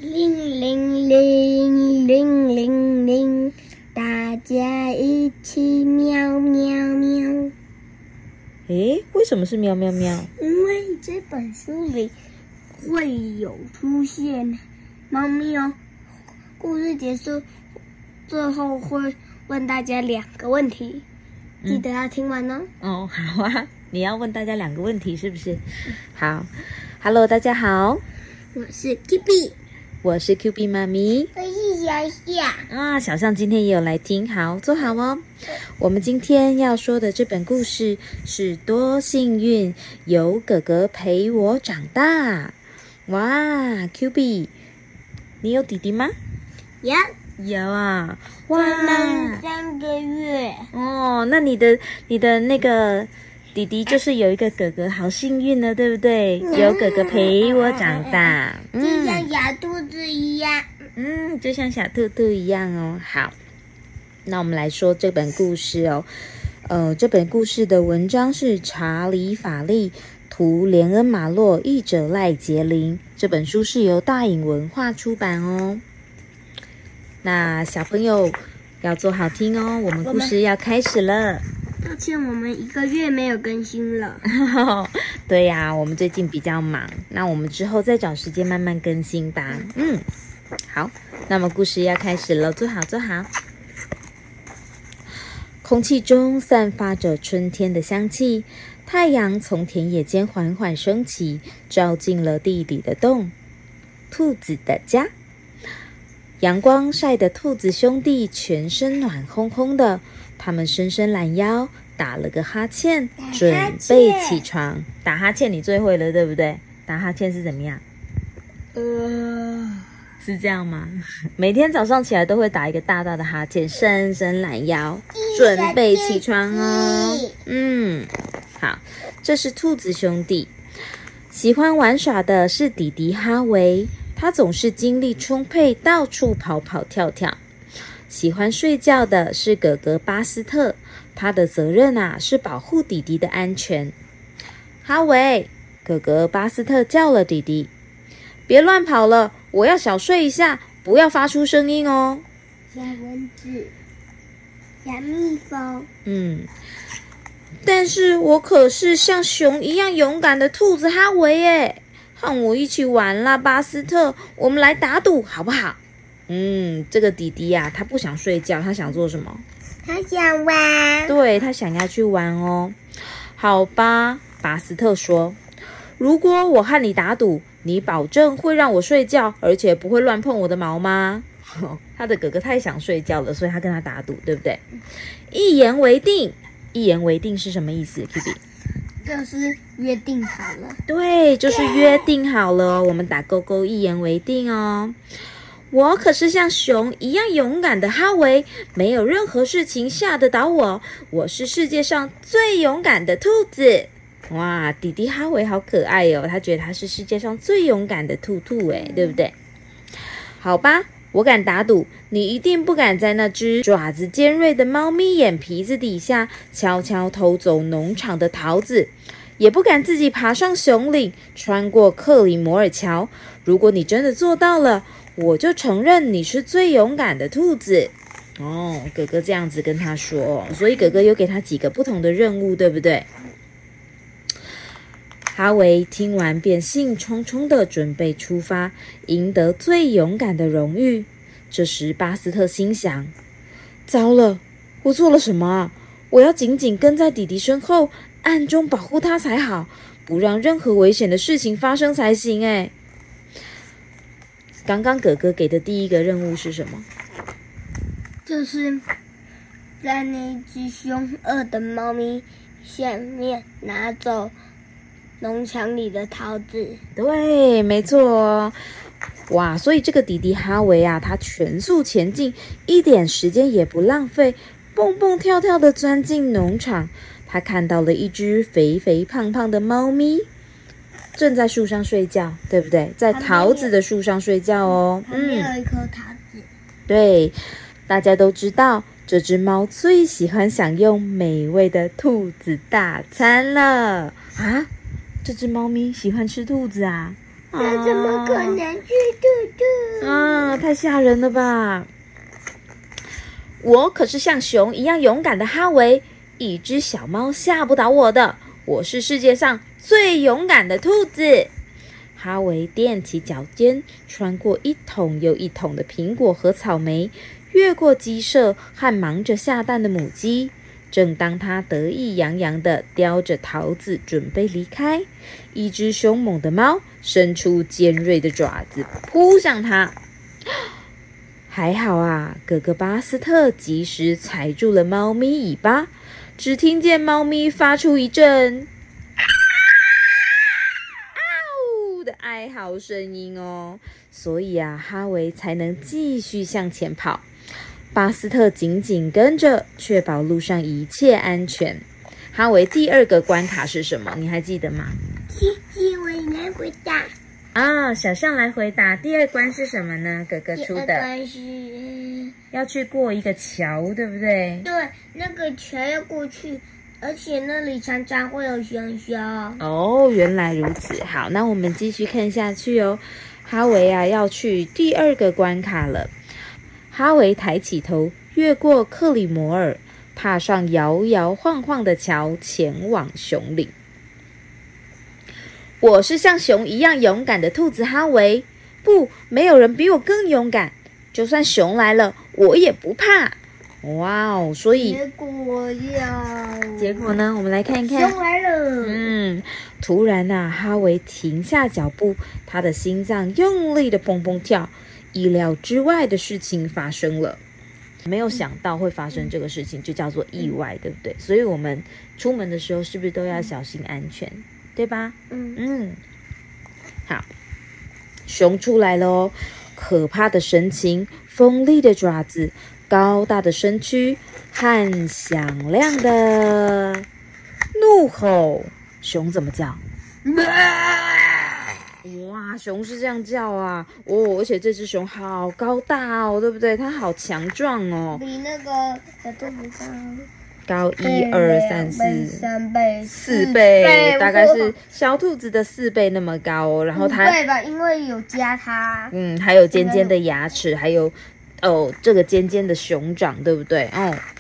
铃铃铃铃铃铃，大家一起喵喵喵。 诶，为什么是喵喵喵？ 因为这本书里会有出现猫咪哦。故事结束，最后会问大家2个问题，记得要听完哦。 哦，好啊，你要问大家2个问题是不是？好 ，Hello， 大家好， 我是 QB， 我是 QB 妈咪， 我是小象啊。小象今天也有来听，好，坐好哦。我们今天要说的这本故事是多幸运，有哥哥陪我长大。哇 ，QB， 你有弟弟吗？有啊，哇 ，3个月哦，那你的那个弟弟就是有一个哥哥，好幸运呢，对不对？有哥哥陪我长大， 就像小兔子一样， 就像小兔兔一样哦。好，那我们来说这本故事哦。这本故事的文章是查理·法利，图连恩·马洛，译者赖杰林。这本书是由大颖文化出版哦。那小朋友要坐好听哦，我们故事要开始了。 抱歉，我们1个月没有更新了。 对呀，我们最近比较忙，那我们之后再找时间慢慢更新吧。好，那么故事要开始了，坐好坐好。空气中散发着春天的香气，太阳从田野间缓缓升起，照进了地里的洞。兔子的家。阳光晒得兔子兄弟全身暖烘烘的，他们伸伸懒腰，打了个哈欠，准备起床。打哈欠你最会了，对不对？打哈欠是怎么样？是这样吗？每天早上起来都会打一个大大的哈欠，伸伸懒腰，准备起床哦。好，这是兔子兄弟。喜欢玩耍的是弟弟哈维，他总是精力充沛，到处跑跑跳跳。喜欢睡觉的是哥哥巴斯特，他的责任是保护弟弟的安全。哈维，哥哥巴斯特叫了弟弟，别乱跑了，我要小睡一下，不要发出声音哦。 小蚊子，小蜜蜂。 但是我可是像熊一样勇敢的兔子哈维耶。和我一起玩啦，巴斯特，我们来打赌好不好？这个弟弟他不想睡觉，他想做什么？ 他想玩。 对，他想要去玩哦。好吧，巴斯特说，如果我和你打赌，你保证会让我睡觉，而且不会乱碰我的毛吗？他的哥哥太想睡觉了，所以他跟他打赌，对不对？一言为定。一言为定是什么意思 ，QB？ 就是约定好了。 对，就是约定好了哦。我们打勾勾，一言为定哦。我可是像熊一样勇敢的哈维，没有任何事情吓得倒我。我是世界上最勇敢的兔子。哇，弟弟哈维好可爱哦，他觉得他是世界上最勇敢的兔兔诶，对不对？好吧，我敢打赌，你一定不敢在那只爪子尖锐的猫咪眼皮子底下悄悄偷走农场的桃子，也不敢自己爬上熊岭，穿过克里摩尔桥。如果你真的做到了，我就承认你是最勇敢的兔子。哥哥这样子跟他说，所以哥哥有给他几个不同的任务，对不对？哈维听完便兴冲冲地准备出发，赢得最勇敢的荣誉。这时巴斯特心想，糟了，我做了什么啊？我要紧紧跟在弟弟身后，暗中保护他才好，不让任何危险的事情发生才行诶。刚刚哥哥给的第一个任务是什么？ 就是在那只凶恶的猫咪下面拿走农场里的桃子。对， 没错哦。哇，所以这个弟弟哈维他全速前进，一点时间也不浪费，蹦蹦跳跳地钻进农场。他看到了一只肥肥胖胖的猫咪，正在树上睡觉，对不对？在桃子的树上睡觉哦。 旁边有一颗桃子。 对，大家都知道，这只猫最喜欢享用美味的兔子大餐了啊！这只猫咪喜欢吃兔子啊？ 那怎么可能是兔兔？ 啊，太吓人了吧！我可是像熊一样勇敢的哈维，一只小猫吓不倒我的。我是世界上最勇敢的兔子。哈维踮起脚尖，穿过一桶又一桶的苹果和草莓，越过鸡舍和忙着下蛋的母鸡。正当他得意洋洋地叼着桃子准备离开，一只凶猛的猫伸出尖锐的爪子扑向他。还好啊，哥哥巴斯特及时踩住了猫咪尾巴，只听见猫咪发出一阵嗷的哀嚎声音哦，所以啊，哈维才能继续向前跑。巴斯特紧紧跟着，确保路上一切安全。哈维第二个关卡是什么？你还记得吗？ 我来回答。 小象来回答。第二关是什么呢？哥哥出的。 第二关是要去过一个桥，对不对？ 对，那个桥要过去，而且那里常常会有熊熊。 哦，原来如此。好，那我们继续看下去哦。哈维啊，要去第二个关卡了。哈维抬起头，越过克里摩尔，踏上摇摇晃晃的桥，前往熊岭。我是像熊一样勇敢的兔子哈维，不，没有人比我更勇敢。就算熊来了，我也不怕。哇哦，所以结果呢？我们来看看。 熊来了。 突然啊，哈维停下脚步，他的心脏用力的砰砰跳。意料之外的事情发生了，没有想到会发生这个事情，就叫做意外，对不对？所以我们出门的时候是不是都要小心安全，对吧？好，熊出来了哦，可怕的神情，锋利的爪子，高大的身躯和响亮的怒吼。熊怎么叫？哇，熊是这样叫啊！而且这只熊好高大哦，对不对？它好强壮哦， 比那个小兔子高1、2、3、4、4倍，大概是小兔子的4倍那么高哦。然后它对吧？因为有加它。 还有尖尖的牙齿，还有这个尖尖的熊掌，对不对？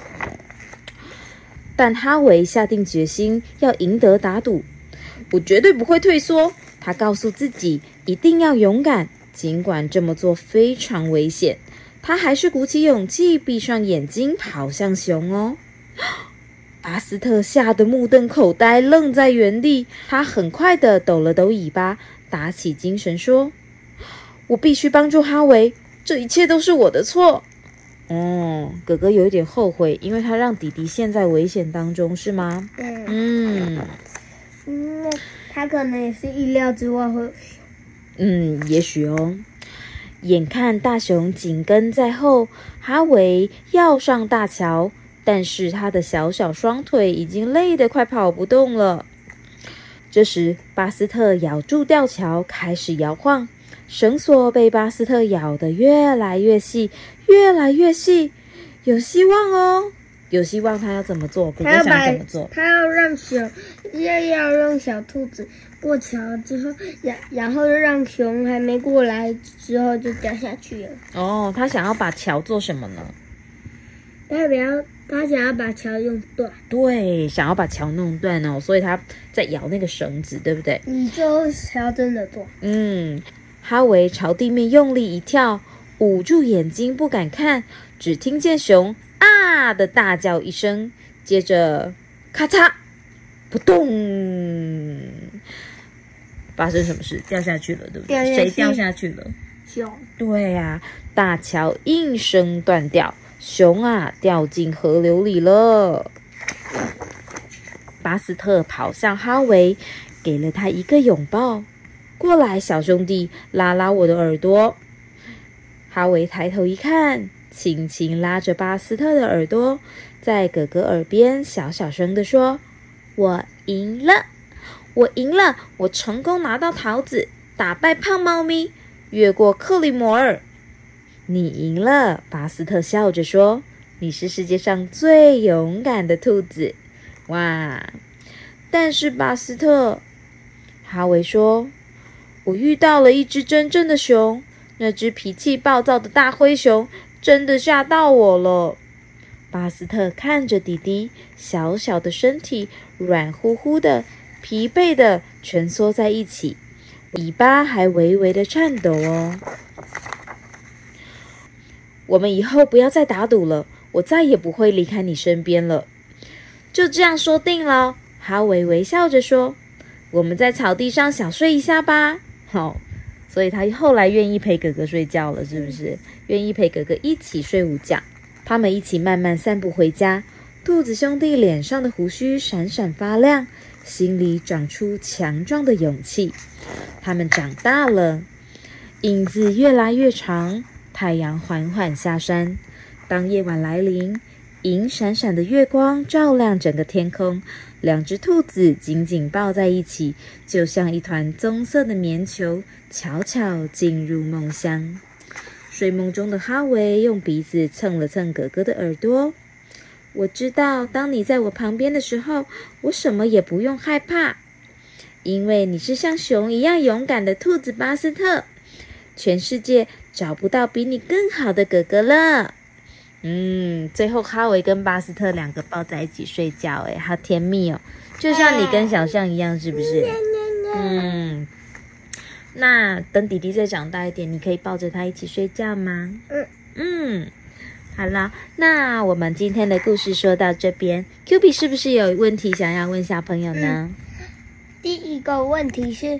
但哈维下定决心要赢得打赌，我绝对不会退缩。他告诉自己一定要勇敢，尽管这么做非常危险，他还是鼓起勇气，闭上眼睛跑向熊哦。巴斯特吓得目瞪口呆，愣在原地。他很快地抖了抖尾巴，打起精神说：“我必须帮助哈维，这一切都是我的错。”哥哥有一点后悔，因为他让弟弟陷在危险当中，是吗？ 他可能也是意料之外会。 也许哦。眼看大熊紧跟在后，哈维要上大桥，但是他的小小双腿已经累得快跑不动了。这时，巴斯特咬住吊桥，开始摇晃，绳索被巴斯特咬得越来越细，越来越细。有希望哦，有希望。他要怎么做？哥哥想怎么做？ 他要让小兔子过桥之后，然后让熊还没过来之后就掉下去了。 他想要把桥做什么呢？ 他想要把桥弄断。 对，想要把桥弄断哦，所以他在咬那个绳子，对不对？ 最后桥真的断。 哈维朝地面用力一跳，捂住眼睛不敢看，只听见熊啊的大叫一声，接着咔嚓扑通，发生什么事？掉下去了，对不对？谁掉下去了？ 熊。 对啊，大桥应声断掉，熊啊掉进河流里了。巴斯特跑向哈维，给了他一个拥抱。过来，小兄弟，拉拉我的耳朵。哈维抬头一看，轻轻拉着巴斯特的耳朵，在哥哥耳边小小声地说：“我赢了，我赢了，我成功拿到桃子，打败胖猫咪，越过克里摩尔。”你赢了，巴斯特笑着说：“你是世界上最勇敢的兔子。”哇！但是巴斯特，哈维说：“我遇到了一只真正的熊， 那只脾气暴躁的大灰熊真的吓到我了。巴斯特看着弟弟小小的身体软乎乎的，疲惫的蜷缩在一起，尾巴还微微的颤抖哦。我们以后不要再打赌了，我再也不会离开你身边了。就这样说定了，哈维微笑着说，我们在草地上小睡一下吧。好，所以他后来愿意陪哥哥睡觉了，是不是？愿意陪哥哥一起睡午觉。他们一起慢慢散步回家，兔子兄弟脸上的胡须闪闪发亮，心里长出强壮的勇气。他们长大了，影子越来越长，太阳缓缓下山。当夜晚来临，银闪闪的月光照亮整个天空，两只兔子紧紧抱在一起，就像一团棕色的棉球，悄悄进入梦乡。睡梦中的哈维用鼻子蹭了蹭哥哥的耳朵。我知道，当你在我旁边的时候，我什么也不用害怕，因为你是像熊一样勇敢的兔子巴斯特。全世界找不到比你更好的哥哥了。最后哈维跟巴斯特两个抱在一起睡觉，好甜蜜哦，就像你跟小象一样，是不是？那等弟弟再长大一点，你可以抱着他一起睡觉吗？好了，那我们今天的故事说到这边。Q B 是不是有问题想要问小朋友呢？ 第一个问题是，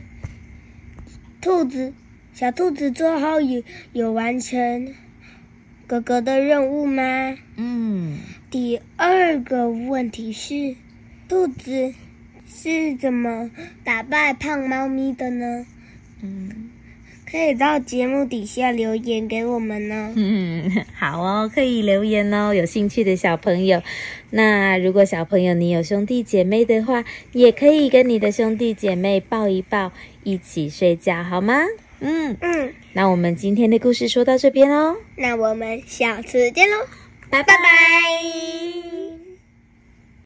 小兔子最后有完成哥哥的任务吗？第二个问题是，兔子是怎么打败胖猫咪的呢？可以到节目底下留言给我们呢。 好哦，可以留言哦，有兴趣的小朋友。那如果小朋友你有兄弟姐妹的话，也可以跟你的兄弟姐妹抱一抱，一起睡觉，好吗？那我们今天的故事说到这边哦。 那我们下次见喽，拜拜。